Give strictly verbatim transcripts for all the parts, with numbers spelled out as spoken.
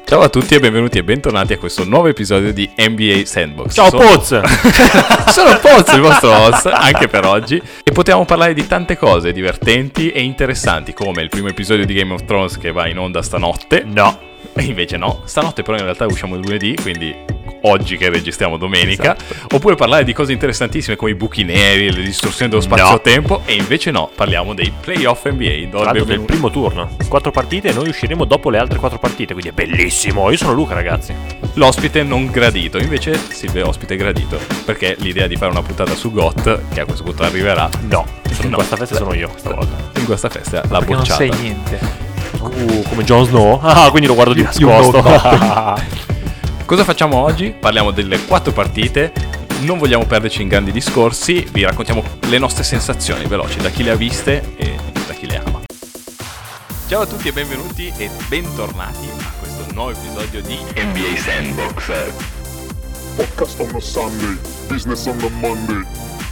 Ciao a tutti e benvenuti e bentornati a questo nuovo episodio di N B A Sandbox. Ciao sono... Poz! Sono Poz, il vostro host, anche per oggi. E potevamo parlare di tante cose divertenti e interessanti, come il primo episodio di Game of Thrones che va in onda stanotte. No. E invece no, stanotte però in realtà usciamo il lunedì, quindi oggi che registriamo domenica. Esatto. Oppure parlare di cose interessantissime come i buchi neri, le distruzioni dello spazio-tempo. No. E invece no, parliamo dei playoff N B A. Tra l'altro del primo turno, quattro partite e noi usciremo dopo le altre quattro partite, quindi è bellissimo. Io sono Luca, ragazzi. L'ospite non gradito, invece Silvia è ospite gradito, perché l'idea di fare una puntata su G O T, che a questo punto arriverà, no, sono in no. questa festa sono io questa volta. In questa festa l'ha perché bocciata. Non sai niente. Uh, come Jon Snow. Ah, quindi lo guardo di nascosto. Cosa facciamo oggi? Parliamo delle quattro partite. Non vogliamo perderci in grandi discorsi. Vi raccontiamo le nostre sensazioni veloci da chi le ha viste e da chi le ama. Ciao a tutti e benvenuti e bentornati a questo nuovo episodio di N B A Sandbox. Podcast on a Sunday, business on a Monday.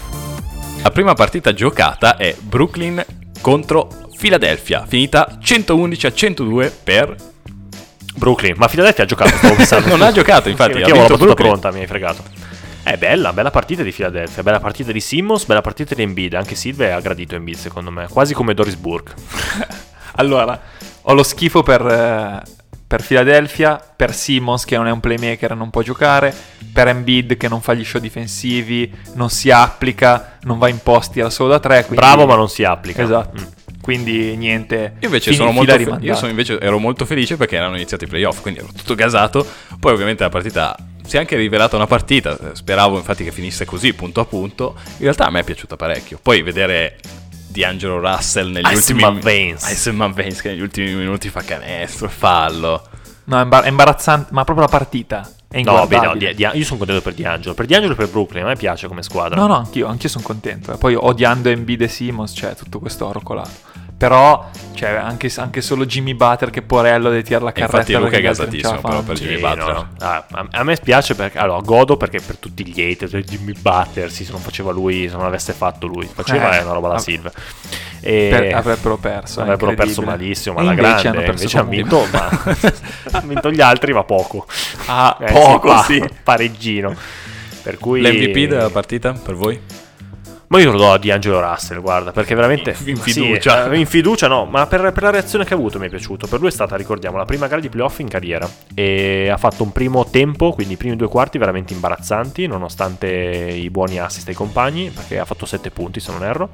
La prima partita giocata è Brooklyn contro Philadelphia, finita centoundici a centodue per Brooklyn. Ma Philadelphia ha giocato, stavo pensando. Non ha giocato, infatti, sì, ha io avevo vinto la battuta Brooklyn. pronta, mi hai fregato. È bella, bella partita di Philadelphia, bella partita di Simmons, bella partita di Embiid. Anche Silve ha gradito Embiid, secondo me, quasi come Doris Burke. Allora, ho lo schifo per, eh, per Philadelphia, per Simmons che non è un playmaker e non può giocare, per Embiid che non fa gli show difensivi, non si applica, non va in posti alla solo da tre. Quindi... Bravo, ma non si applica. Esatto. Mm. Quindi niente. Io invece fini, sono molto fe- rimandato. io sono invece ero molto felice perché erano iniziati i playoff, quindi ero tutto gasato. Poi ovviamente la partita si è anche rivelata una partita, speravo infatti che finisse così punto a punto. In realtà a me è piaciuta parecchio. Poi vedere D'Angelo Russell negli ultimi Vance. Iceman Vance che negli ultimi minuti fa canestro, fallo. No, è, imbar- è imbarazzante, ma proprio la partita è No, beh, no, inguardabile. di- di- io sono contento per D'Angelo. Per D'Angelo e per Brooklyn, a me piace come squadra. No, no, anch'io, anch'io sono contento. E poi odiando Embiid e Simmons, c'è tutto questo oro colato. Però, cioè, anche, anche solo Jimmy Butler che porello deve tirare la E carretta. infatti Luca perché è gli altri non ce la gasatissimo però fanno. per Jimmy Sì, Butler. no, no. Ah, a, a me spiace perché allora godo perché per tutti gli hater cioè Jimmy Butler sì, se non faceva lui, se non l'avesse fatto lui faceva Eh, è una roba da ah, Silva e Per- avrebbero perso. è avrebbero perso incredibile. malissimo, ma E alla invece grande hanno perso invece ha comunque. vinto ma hanno vinto gli altri ma poco Ah, Eh, poco, qua, sì. pareggino, per cui L'M V P della partita per voi? ma io lo do a D'Angelo Russell, guarda, perché veramente In- in fiducia. sì, eh, in fiducia no, ma per, per la reazione che ha avuto mi è piaciuto. Per lui è stata, ricordiamo, la prima gara di playoff in carriera e ha fatto un primo tempo, quindi i primi due quarti veramente imbarazzanti, nonostante i buoni assist ai compagni, perché ha fatto sette punti se non erro.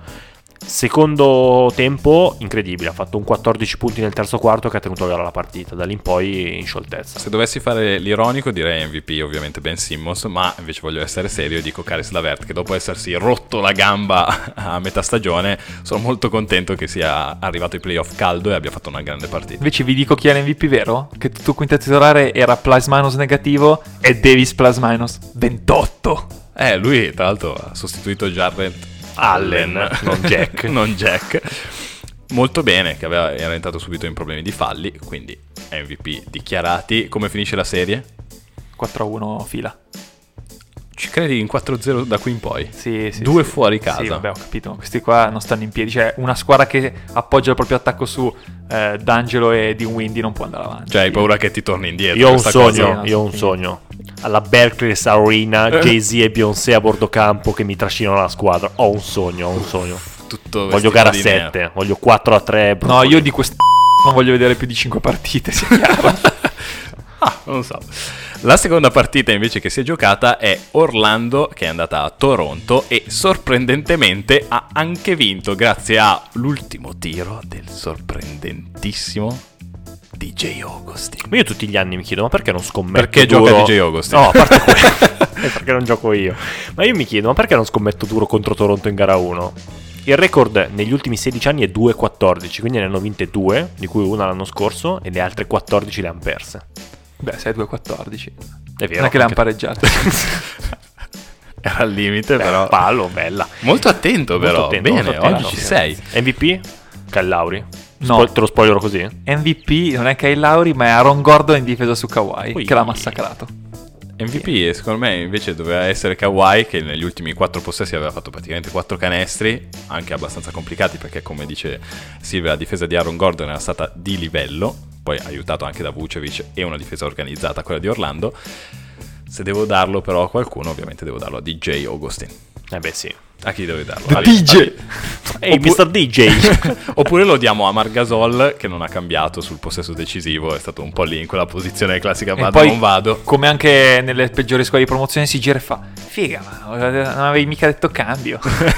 Secondo tempo incredibile, ha fatto un quattordici punti nel terzo quarto che ha tenuto a gara la partita, da lì in poi in scioltezza. Se dovessi fare l'ironico direi M V P ovviamente Ben Simmons, ma invece voglio essere serio e dico Caris LeVert che dopo essersi rotto la gamba a metà stagione sono molto contento che sia arrivato ai playoff caldo e abbia fatto una grande partita. Invece vi dico chi è l'M V P vero? Che tutto il quintetto titolare era plus minus negativo e Davis plus minus ventotto. Eh, lui tra l'altro ha sostituito Jarrett Allen, non Jack. non Jack. Molto bene, che aveva, era entrato subito in problemi di falli, quindi M V P dichiarati. Come finisce la serie? quattro a uno fila. Ci credi in quattro a zero da qui in poi? Sì, sì. Due sì. fuori casa. Sì, vabbè, ho capito. Questi qua non stanno in piedi. Cioè, una squadra che appoggia il proprio attacco su eh, D'Angelo e Dinwiddie non può andare avanti. Cioè hai paura che ti torni indietro? Io ho un questa sogno, cosa? io ho un sogno. Alla Barclays Arena, Jay-Z e Beyoncé a bordo campo che mi trascinano la squadra. Ho un sogno, ho un sogno. Tutto Voglio vestito gara di sette, nero. voglio quattro a tre. No, io di questa non voglio vedere più di cinque partite, sia chiaro. Ah, non so. La seconda partita invece che si è giocata è Orlando che è andata a Toronto e sorprendentemente ha anche vinto grazie all'ultimo tiro del sorprendentissimo D J Augustin. Ma io tutti gli anni mi chiedo, ma perché non scommetto Perché duro? gioca D J Augustin? No, a parte quello, è perché non gioco io. Ma io mi chiedo, ma perché non scommetto duro contro Toronto in gara uno? Il record negli ultimi sedici anni è due a quattordici, quindi ne hanno vinte due, di cui una l'anno scorso, e le altre quattordici le hanno perse. Beh, sei due a quattordici. È vero. Non è che le hanno anche- pareggiate. Era al limite Beh, però. Pallo, bella. Molto attento Molto però. attento, Bene, molto attento. oggi ci sei. M V P? Kyle Lowry? No. Spo- te lo spoilerò così? M V P non è Kyle Lowry, ma è Aaron Gordon in difesa su Kawhi, Ui. che l'ha massacrato. M V P secondo me invece doveva essere Kawhi, che negli ultimi quattro possessi aveva fatto praticamente quattro canestri, anche abbastanza complicati perché come dice Silvia la difesa di Aaron Gordon era stata di livello, poi aiutato anche da Vucevic e una difesa organizzata, quella di Orlando. Se devo darlo però a qualcuno, ovviamente devo darlo a D J Augustin. Eh beh sì. A chi devo darlo? The A- D J! Ehi, mister D J! Oppure lo diamo a Margasol, che non ha cambiato sul possesso decisivo, è stato un po' lì in quella posizione classica E vado poi, non vado. come anche nelle peggiori squadre di promozione, si gira e fa: figa, ma non avevi mica detto cambio.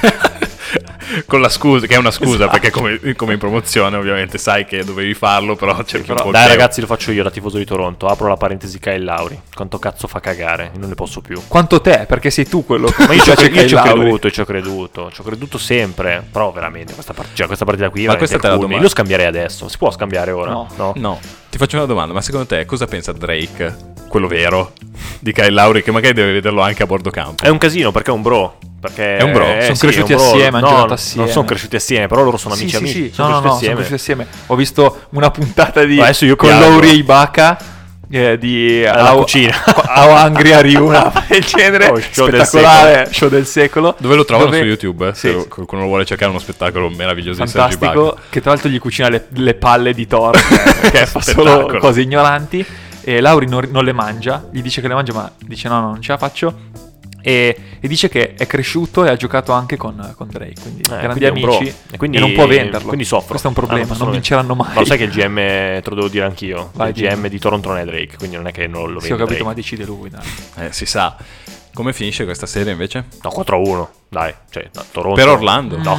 Con la scusa, che è una scusa, Esatto. perché come, come in promozione ovviamente sai che dovevi farlo, però cerchi però- un po' Dai il ragazzi, lo faccio io da tifoso di Toronto. Apro la parentesi Kyle Lowry. Quanto cazzo fa cagare, non ne posso più. Quanto te, perché sei tu quello che Ma io ci ho, piace io ci ho Kyle Lowry. creduto, ci ho creduto, ci ho creduto sempre. Però veramente questa, part- cioè, questa partita qui, Ma veramente questa te la il culmine. domanda. Lo scambierei adesso. Si può scambiare ora? No. No, ti faccio una domanda, ma secondo te cosa pensa Drake, quello vero, di Kyle Lowry, che magari deve vederlo anche a bordo campo? È un casino perché è un bro. Perché È un bro, eh, sono sì, cresciuti è un bro. assieme, hanno No, giocato assieme. Non sono cresciuti assieme, però loro sono Sì, amici sì, amici. sì. Sono No, no, cresciuti no, sono assieme. cresciuti assieme. Ho visto una puntata di Ma adesso io con piango. Lowry e Ibaka eh, di Alla How, cucina. How Hungry Are You, una roba del genere, Oh, show del spettacolare, show del secolo. Dove lo trovano Dove- su YouTube? Sì, Se qualcuno vuole cercare uno spettacolo meraviglioso di Sergi fantastico, Ibaka. che tra l'altro gli cucina le, le palle di Thor, che, che fa solo Spettacolo. cose ignoranti, e Lowry non, non le mangia, gli dice che le mangia ma dice no, no, non ce la faccio. E, e dice che è cresciuto e ha giocato anche con, con Drake, quindi Eh, grandi quindi è un bro. amici, E quindi- e non può venderlo. quindi soffro. Questo è un Ah, problema, non non, possono vinceranno mai. Ma lo sai che il G M, te lo devo dire anch'io, Vai, il G M dimmi. di Toronto non è Drake, quindi non è che non lo Sì, vede ho capito, Drake. ma decide lui, dai. Eh, si sa. Come finisce questa serie invece? No, quattro a uno, dai, cioè, no, Toronto. Per Orlando? No.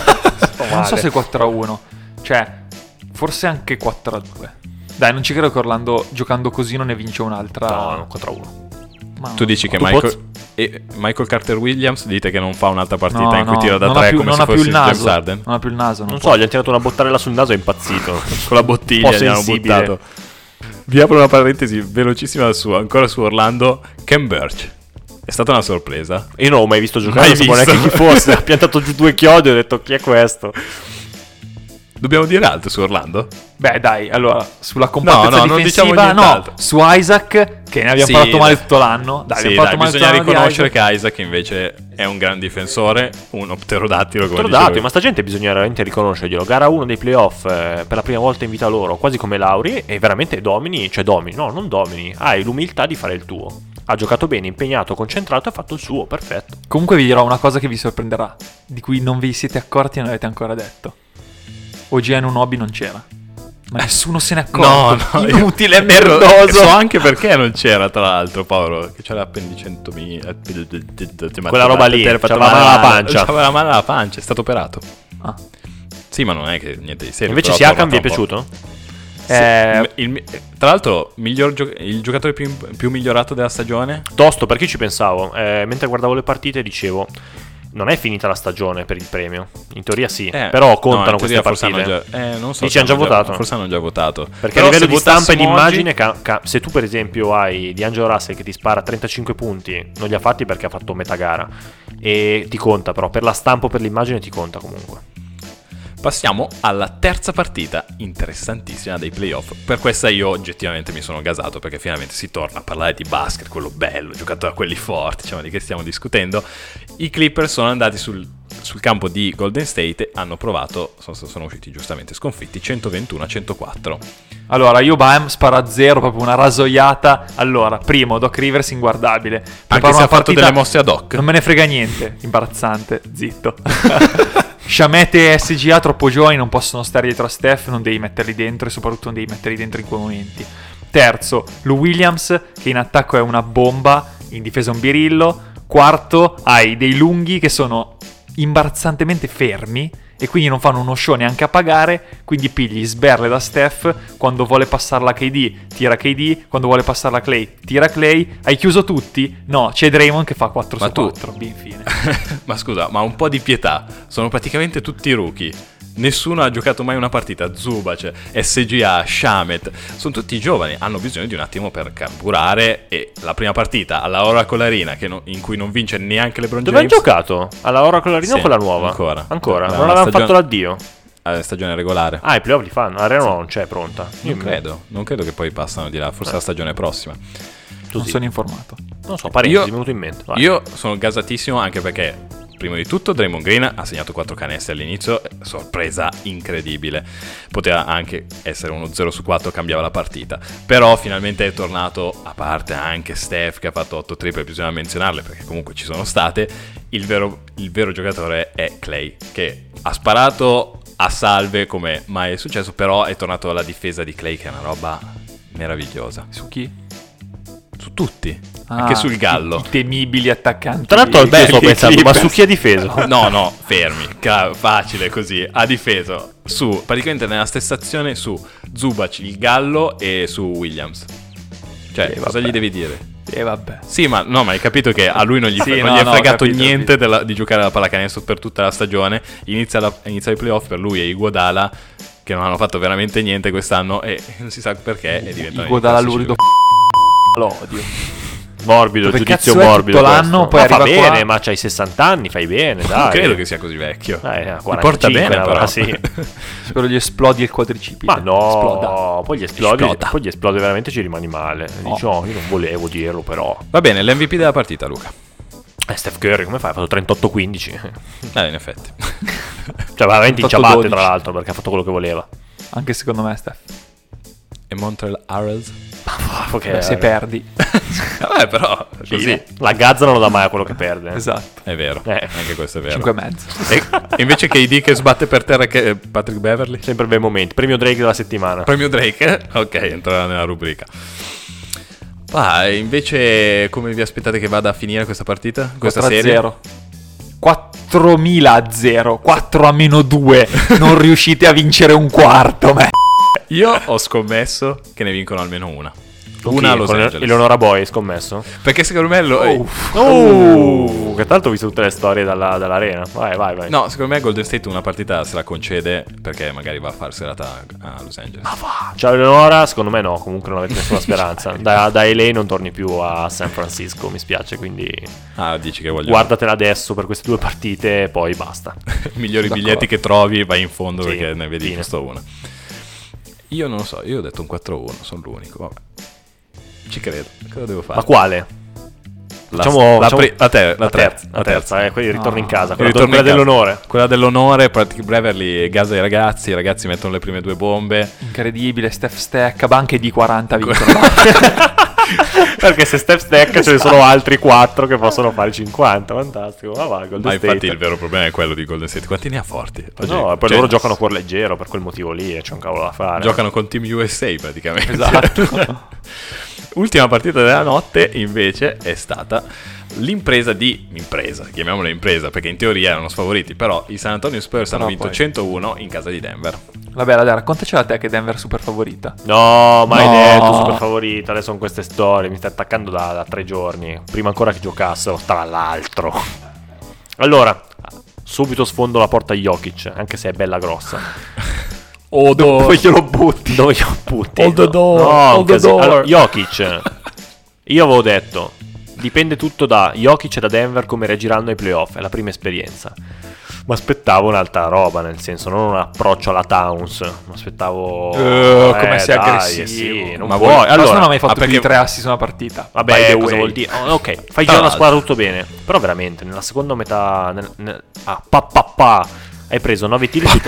Non so se quattro a uno, cioè forse anche quattro a due. Dai, non ci credo che Orlando giocando così non ne vince un'altra. No, no, quattro a uno. Ma Tu dici che Tu Michael, poz- e Michael Carter Williams dite che non fa un'altra partita no, in cui no, tira da non ha tre più, come non se ha più fosse il James naso. Harden? Non ha più il naso. Non può. so, gli hanno tirato una bottarella sul naso e è impazzito. Con la bottiglia Un po' gli hanno sensibile. buttato. Vi apro una parentesi velocissima su, ancora su Orlando. Ken Burch. È stata una sorpresa. Io non l'ho mai visto giocare, Mai non sapevo visto. neanche chi fosse. Ha piantato giù due chiodi e ho detto chi è questo? Dobbiamo dire altro su Orlando? Beh, dai, allora, sulla compattezza No, no, non diciamo difensiva, no, nient'altro. su Isaac, che ne abbiamo Sì, parlato male dai. tutto l'anno. Dai, sì, abbiamo dai, parlato male bisogna tutto l'anno di riconoscere Isaac. che Isaac invece è un gran difensore, un pterodattilo come Trodato, dicevo. ma sta gente bisogna veramente riconoscerglielo. Gara uno dei playoff, eh, per la prima volta in vita loro, quasi come Lauri, e veramente domini, cioè domini, no, non domini, hai l'umiltà di fare il tuo. Ha giocato bene, impegnato, concentrato e ha fatto il suo, perfetto. Comunque vi dirò una cosa che vi sorprenderà, di cui non vi siete accorti e non avete ancora detto. O G N Unobi non c'era. Ma nessuno se ne è No, accorto. no, io- Inutile e ero- merdoso. So anche perché non c'era, tra l'altro, Paolo, che c'era appendicentomila. Quella roba lì, c'aveva la mano alla pancia. C'aveva la mano alla pancia, è stato operato. Ah. Sì, ma non è che niente di serio. Invece però Siakam torna vi è tra un po'. piaciuto? Sì, Eh, il- il- tra l'altro, miglior gio- il giocatore più, più migliorato della stagione? Tosto, perché io ci pensavo, eh, mentre guardavo le partite dicevo, non è finita la stagione per il premio, in teoria sì, Eh, però no, contano in teoria queste forse partite. hanno già, eh, non so Dici, se hanno già votato? Forse hanno già votato. Perché Però a livello se di stampa e di votassimo immagine, oggi- ca- ca- se tu per esempio hai D'Angelo Russell che ti spara trentacinque punti, non li ha fatti perché ha fatto metà gara, e ti conta però, per la stampa o per l'immagine ti conta comunque. Passiamo alla terza partita interessantissima dei playoff. Per questa io oggettivamente mi sono gasato, perché finalmente si torna a parlare di basket, quello bello, giocato da quelli forti, diciamo, di che stiamo discutendo. I Clippers sono andati sul, sul campo di Golden State e hanno provato, sono, sono usciti giustamente sconfitti, centoventuno a centoquattro. Allora, io Bam spara a zero, proprio una rasoiata. Allora, primo, Doc Rivers inguardabile. Anche Prepara se una ha fatto partita- delle mosse ad hoc. Non me ne frega niente, imbarazzante, zitto. Shamet e S G A troppo giovani, non possono stare dietro a Steph, non devi metterli dentro e soprattutto non devi metterli dentro in quei momenti. Terzo, Lou Williams, che in attacco è una bomba, in difesa un birillo. Quarto, hai dei lunghi che sono imbarazzantemente fermi e quindi non fanno uno show neanche a pagare, quindi pigli sberle da Steph, quando vuole passarla a K D tira K D, quando vuole passarla a Clay tira Clay. Hai chiuso tutti? No, c'è Draymond che fa quattro Ma su tu- quattro, infine. Ma scusa, ma un po' di pietà. Sono praticamente tutti rookie. Nessuno ha giocato mai una partita. Zubac, S G A, Shamet, sono tutti giovani, hanno bisogno di un attimo per carburare. E la prima partita alla Oracle Arena, che non- in cui non vince neanche LeBron Dove hanno James, giocato? Alla Oracle Arena o Sì, quella nuova? ancora. Ancora? Era Non una avevano stagione- fatto l'addio? a stagione regolare. Ah, i playoff li fanno, l'Arena non c'è pronta. Non credo, non credo che poi passano di là, forse la stagione prossima. Non sì. sono informato. Non so, parentesi, Io- mi è venuto in mente. vai. Io sono gasatissimo anche perché prima di tutto Draymond Green ha segnato quattro canestri all'inizio, sorpresa incredibile, poteva anche essere uno zero su quattro, cambiava la partita, però finalmente è tornato, a parte anche Steph che ha fatto otto triple, bisogna menzionarle perché comunque ci sono state, il vero, il vero giocatore è Clay, che ha sparato a salve come mai è successo, però è tornato alla difesa di Clay che è una roba meravigliosa. Su chi? Su tutti, Ah, anche sul Gallo. I, i temibili attaccanti. Tra l'altro di- anche io sto dei pensando, ma Clippers. su chi ha difeso? No, no, fermi, ca- facile così. Ha difeso su, praticamente nella stessa azione, su Zubac, il Gallo e su Williams. Cioè, Eh, cosa vabbè. gli devi dire? E vabbè. Sì, ma no, ma hai capito che a lui non gli, Sì, non no, gli è no, fregato ho capito, ho niente capito. della- di giocare alla pallacanestro per tutta la stagione. Inizia, la, inizia i playoff per lui e Iguodala, che non hanno fatto veramente niente quest'anno e non si sa perché è diventato Iguodala lurido l'odio. Morbido, Dove giudizio cazzo è morbido tutto questo. l'anno, poi Ma fa arriva qua- bene, ma c'hai sessanta anni, fai bene, dai. Non credo che sia così vecchio. Eh, a Mi porta quarantacinque bene, avrà, però. sì. Spero gli esplodi il quadricipite. Ma no, Esploda. poi gli esplodi, Esploda. poi gli esplode veramente, ci rimani male. Oh. Dici, oh, io non volevo dirlo, però. Va bene, l'M V P della partita, Luca. Eh, Steph Curry, come fai? Ha fatto trentotto quindi. Eh, in effetti. Cioè, veramente in trentotto ciabatte, dodici. tra l'altro, perché ha fatto quello che voleva. Anche secondo me, Steph. E Montreal Harrells? Ok, Beh, se perdi. Vabbè, però, così. La Gazza non lo dà mai a quello che perde. Esatto. È vero, Eh. anche questo è vero. cinque e mezzo. E invece K D che sbatte per terra che Patrick Beverly? Sempre bei momenti. Premio Drake della settimana. Premio Drake? Ok, entrerà nella rubrica. Ah, e invece come vi aspettate che vada a finire questa partita? Questa quattro a serie? zero. quattromila a zero. quattro a meno due. Non riuscite a vincere un quarto. Me. Io ho scommesso che ne vincono almeno una. Una a Los Con Angeles. Eleonora Boy, scommesso? Perché secondo me lo- Oh, che tanto ho visto tutte le storie dalla- dall'arena. Vai, vai, vai. No, secondo me Golden State una partita se la concede perché magari va a far serata a Los Angeles. Ciao Eleonora, secondo me no, comunque non avete nessuna speranza. Da, da L A non torni più a San Francisco, mi spiace, quindi Ah, dici che voglio guardatela adesso per queste due partite e poi basta. migliori D'accordo. biglietti che trovi, vai in fondo Sì, perché ne vedi fine. giusto una. Io non lo so, io ho detto un quattro a uno, sono l'unico, vabbè. Ci credo, cosa devo fare? Ma quale? La, Facciamo, la, facciamo- pri- la ter- la la terza, terza, la terza, eh, quindi il ritorno in casa, Il quella, ritorno quella in casa. dell'onore. Quella dell'onore, Patrick Beverly gasa i ragazzi, i ragazzi mettono le prime due bombe. Incredibile. Steph stacca. Banche di quaranta vincono. Perché se Steph stacca ce ne sono altri quattro che possono fare cinquanta, fantastico. Ma va, Golden Ma State. infatti il vero problema è quello di Golden State. Quanti ne ha forti? Oggi- No, poi cioè, loro giocano a cuor leggero per quel motivo lì e c'è un cavolo da fare. giocano con Team U S A praticamente. Esatto. Ultima partita della notte invece è stata l'impresa di impresa, chiamiamola impresa perché in teoria erano sfavoriti, però i San Antonio Spurs hanno Però vinto poi- centouno in casa di Denver. Vabbè, dai, raccontacela a te che Denver è super favorita. No, mai No. detto super favorita. Adesso sono queste storie. Mi stai attaccando da, da tre giorni. Prima ancora che giocassero, tra l'altro. Allora, subito sfondo la porta a Jokic, anche se è bella grossa. Oh, Dove glielo butti? Dove glielo butti? Hold the door, No, hold un the casino. door. Allora, Jokic. Io avevo detto, dipende tutto da Jokic e da Denver come reagiranno ai playoff. È la prima esperienza. Ma aspettavo un'altra roba, nel senso, non un approccio alla Towns. Mi aspettavo... Eh, come sei dai, aggressivo. sì, non Ma puoi. vuoi- Allora, non Allora, ha mai fatto ah, più di perché- tre assist in una partita. By vabbè, the cosa way. vuol dire? Oh, ok, fai Tra girare la l'altro. squadra tutto bene. Però veramente, nella seconda metà... Nel, nel, ah, pa, pa, pa, hai preso nove tiri di...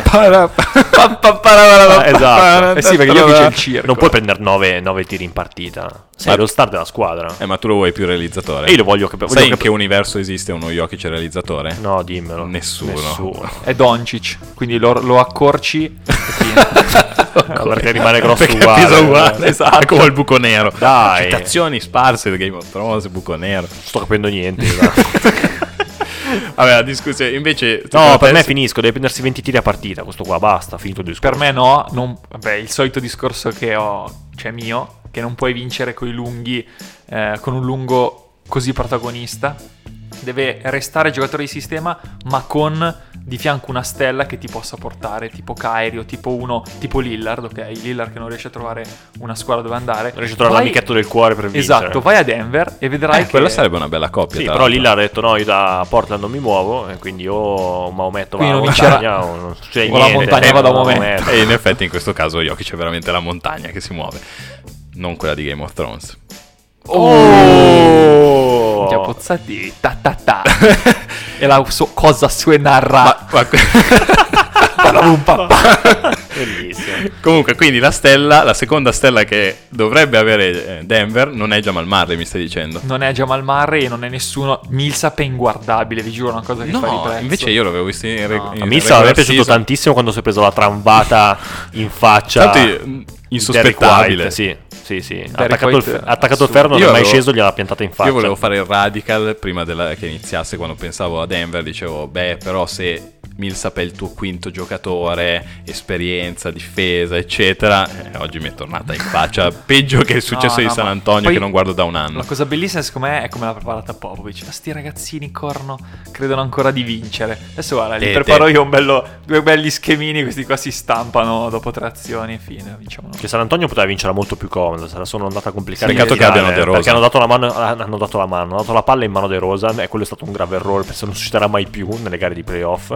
Ah, esatto. Eh sì, perché Jokic è il circo. Non puoi prendere nove tiri in partita. Sei Ma- lo star della squadra. Eh, ma tu lo vuoi più realizzatore? E io lo voglio che... voglio Sai che- in che universo esiste uno Jokic realizzatore? No, dimmelo. Nessuno. Nessuno. È Doncic, quindi lo, lo accorci e fine. No, perché rimane grosso Perché uguale. pesa uguale, Esatto. è come il buco nero. Dai. Citazioni sparse di Game of Thrones, buco nero. Non sto capendo niente. esatto. Vabbè, la discussione invece... No, per me adesso- finisco. Deve prendersi venti tiri a partita. Questo qua, basta. Finito il discorso. Per me no, non- vabbè, il solito discorso che ho, cioè mio, che non puoi vincere coi lunghi, eh, con un lungo così protagonista. Deve restare giocatore di sistema, ma con di fianco una stella che ti possa portare, tipo Kyrie o tipo uno, tipo Lillard, ok? Lillard che non riesce a trovare una squadra dove andare. Non riesce a trovare Vai- l'amichetto del cuore per vincere. Esatto, vai a Denver e vedrai Eh, che... quella sarebbe una bella coppia. Sì, tra però l'altro. Lillard ha detto no, io da Portland non mi muovo e quindi o Maometto va Quindi alla non vincerà- montagna o non succede o la niente. montagna eh, va da no, Maometto. E in effetti in questo caso Jokic è veramente la montagna che si muove, non quella di Game of Oh! Minchia, Pozzati, ta ta ta. e la so- cosa suenarà. Ma- Bellissimo. Comunque, quindi la stella, la seconda stella che dovrebbe avere eh, Denver non è Jamal Murray, mi stai dicendo? Non è Jamal Murray e non è nessuno. Millsap è inguardabile, vi giuro, una cosa che fa No, ribrezzo. invece io l'avevo visto in, re- No. in A me mi regular è piaciuto season. tantissimo quando si è preso la tramvata in faccia. Tanto io- Derrick insospettabile. White, sì, sì, sì. Ha Derrick attaccato, il, White, ha attaccato il assurdo. ferro, non Io è mai avevo- sceso, gliel'ha piantata in faccia. Io volevo fare il radical prima della- che iniziasse, quando pensavo a Denver, dicevo, beh, però se Millsap è il tuo quinto giocatore, esperienza, difesa, eccetera, eh, oggi mi è tornata in faccia peggio che il successo No, di no, San ma Antonio, poi che non guardo da un anno. La cosa bellissima secondo me è come l'ha preparata Popovic. Ma sti ragazzini corrono, credono ancora di vincere. Adesso guarda, li Tete. preparo io un bello, due belli schemini, questi qua si stampano dopo tre azioni e fine, vinciamo noi. Che San Antonio poteva vincere molto più comodo, se la sono andata a complicare. Peccato di che abbiano tirare, De Rosa. Perché hanno dato la mano, hanno dato la mano, hanno dato la palla in mano De Rosa, e quello è stato un grave errore, perché non succederà mai più nelle gare di playoff.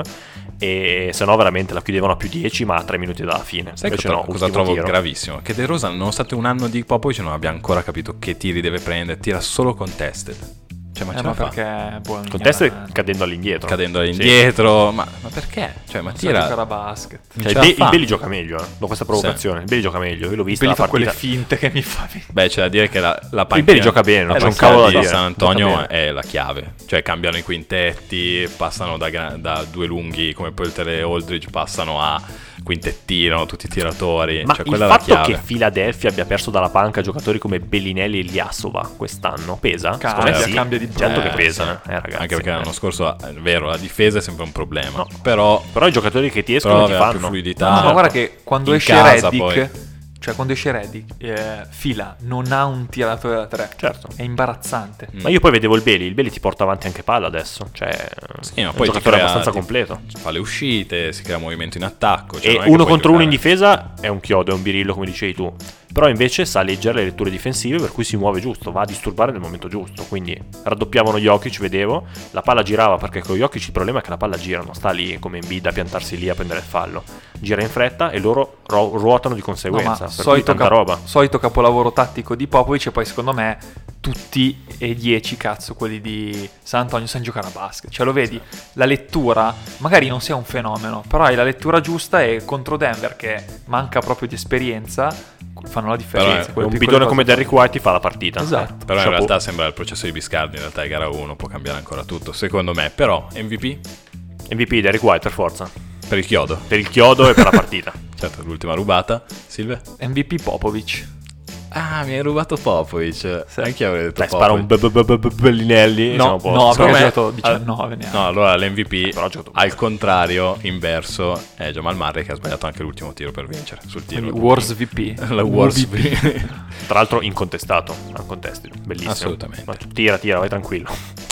E se no veramente la chiudevano a più dieci, ma a tre minuti dalla fine. Sai Invece cosa, no, cosa ultimo trovo tiro. gravissimo? Che De Rosa, nonostante un anno di Popovic, non abbia ancora capito che tiri deve prendere, tira solo contested. Cioè, ma Eh, ce ma la fa? perché buon Con teste cadendo all'indietro. Cadendo Sì. all'indietro, ma, ma perché? Cioè, ma Non sa giocare tira... a basket. non Cioè, ce il, la Be- fa. il Bailey gioca meglio, eh. Do questa provocazione. Il Bailey gioca meglio. Io l'ho vista Belli la fa quelle partita. finte che mi fa. Beh, c'è da dire che la, la panchina, Il Bailey gioca bene, non la c'è un panchina cavolo da di dire. San Antonio Gioca bene. è la chiave. Cioè, cambiano i quintetti, passano da, gra- da due lunghi come Poeltl e Aldridge, passano a quintettino, tutti i tiratori. Ma cioè, il quella è la fatto chiave. che Philadelphia abbia perso dalla panca giocatori come Bellinelli e Ilyasova quest'anno pesa? Cambia, Secondo me sì. cambia di Certo Eh, che pesa, sì. eh, ragazzi. Anche perché eh. l'anno scorso, è vero, la difesa è sempre un problema. No. Però, Però i giocatori che ti escono però ti aveva più fanno. fluidità. No, ma guarda che quando In esce casa, Reddick, poi. cioè quando esce Reddick, eh, Fila non ha un tiratore da tre. Certo. È imbarazzante. Mm. Ma io poi vedevo il Bailey, il Bailey ti porta avanti anche palla adesso, cioè Sì, ma è poi un ti giocatore crea- abbastanza ti- completo. fa le uscite, si crea movimento in attacco. Cioè E non è che uno puoi contro uno in giocare- difesa è un chiodo, è un birillo come dicevi tu. Però invece sa leggere le letture difensive, per cui si muove giusto, va a disturbare nel momento giusto. Quindi raddoppiavano Jokic, vedevo, la palla girava, perché con Jokic il problema è che la palla gira, non sta lì come Embiid a piantarsi lì a prendere il fallo. Gira in fretta e loro ro- ruotano di No, conseguenza, ma per cui solito, tanta cap- roba. solito capolavoro tattico di Popovic, e poi secondo me tutti e dieci cazzo quelli di San Antonio sanno giocare a basket. Cioè lo vedi, la lettura magari non sia un fenomeno, però hai la lettura giusta, e contro Denver che manca proprio di esperienza fanno la differenza. Però è- quelle Un piccole bidone come cose. Derrick White ti fa la partita. Esatto. Però in Chapeau. realtà sembra il processo di Biscardi, in realtà è gara uno, può cambiare ancora tutto, secondo me. Però M V P M V P Derrick White per forza, per il chiodo. per il chiodo e per la partita. Certo, l'ultima rubata. Silve? M V P Popovic. Ah, mi hai rubato Popovic. Anche io avrei detto Dai, spara un Popovic. be- be- be- be- Bellinelli e siamo a No, posto. no, Secondo perché ha me- giocato diciannove neanche. No, allora l'M V P, Però ha giocato al contrario, inverso, è Jamal Murray, che ha sbagliato anche l'ultimo tiro per vincere sul tiro. Quindi Wars V P. La Wars V P. Tra l'altro incontestato, uncontested, bellissimo. Assolutamente. Ma tu tira, tira, vai tranquillo.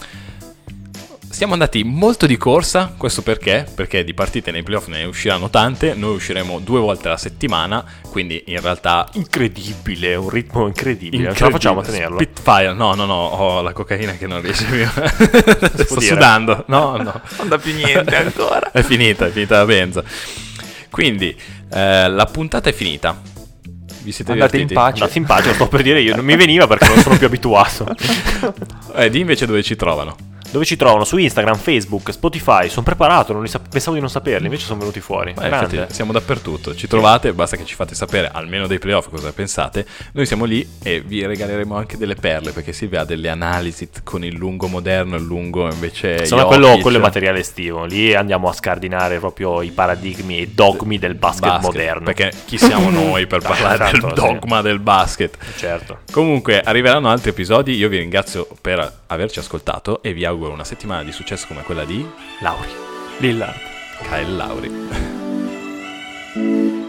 Siamo andati molto di corsa, questo perché? Perché di partite nei playoff ne usciranno tante, noi usciremo due volte alla settimana, quindi in realtà... Incredibile, un ritmo incredibile. Non ce la facciamo a tenerlo. Spitfire, no, no, no, ho la cocaina che non riesce più. Sto dire. sudando, no, no. Non da più niente ancora. È finita, è finita la benza. Quindi, eh, la puntata è finita. Vi siete Andate in divertiti? pace. Andate in pace, lo sto per dire io. Non mi veniva perché non sono più abituato. Eh, di invece dove ci trovano? Dove ci trovano? Su Instagram, Facebook, Spotify. Sono preparato, non li sap- pensavo di non saperli, invece sono venuti fuori. Beh, Grande. infatti siamo dappertutto, ci trovate, basta che ci fate sapere almeno dei playoff cosa pensate. Noi siamo lì e vi regaleremo anche delle perle, perché Silvia ha delle analisi con il lungo moderno e il lungo invece Insomma, Jokic. quello, quello è materiale estivo. Lì andiamo a scardinare proprio i paradigmi e dogmi del basket, moderno. Perché chi siamo noi per Ah, parlare esatto, del sì. dogma del basket? Certo. Comunque arriveranno altri episodi, io vi ringrazio per averci ascoltato e vi auguro una settimana di successo come quella di Lauri. Lillard. Kyle Lowry.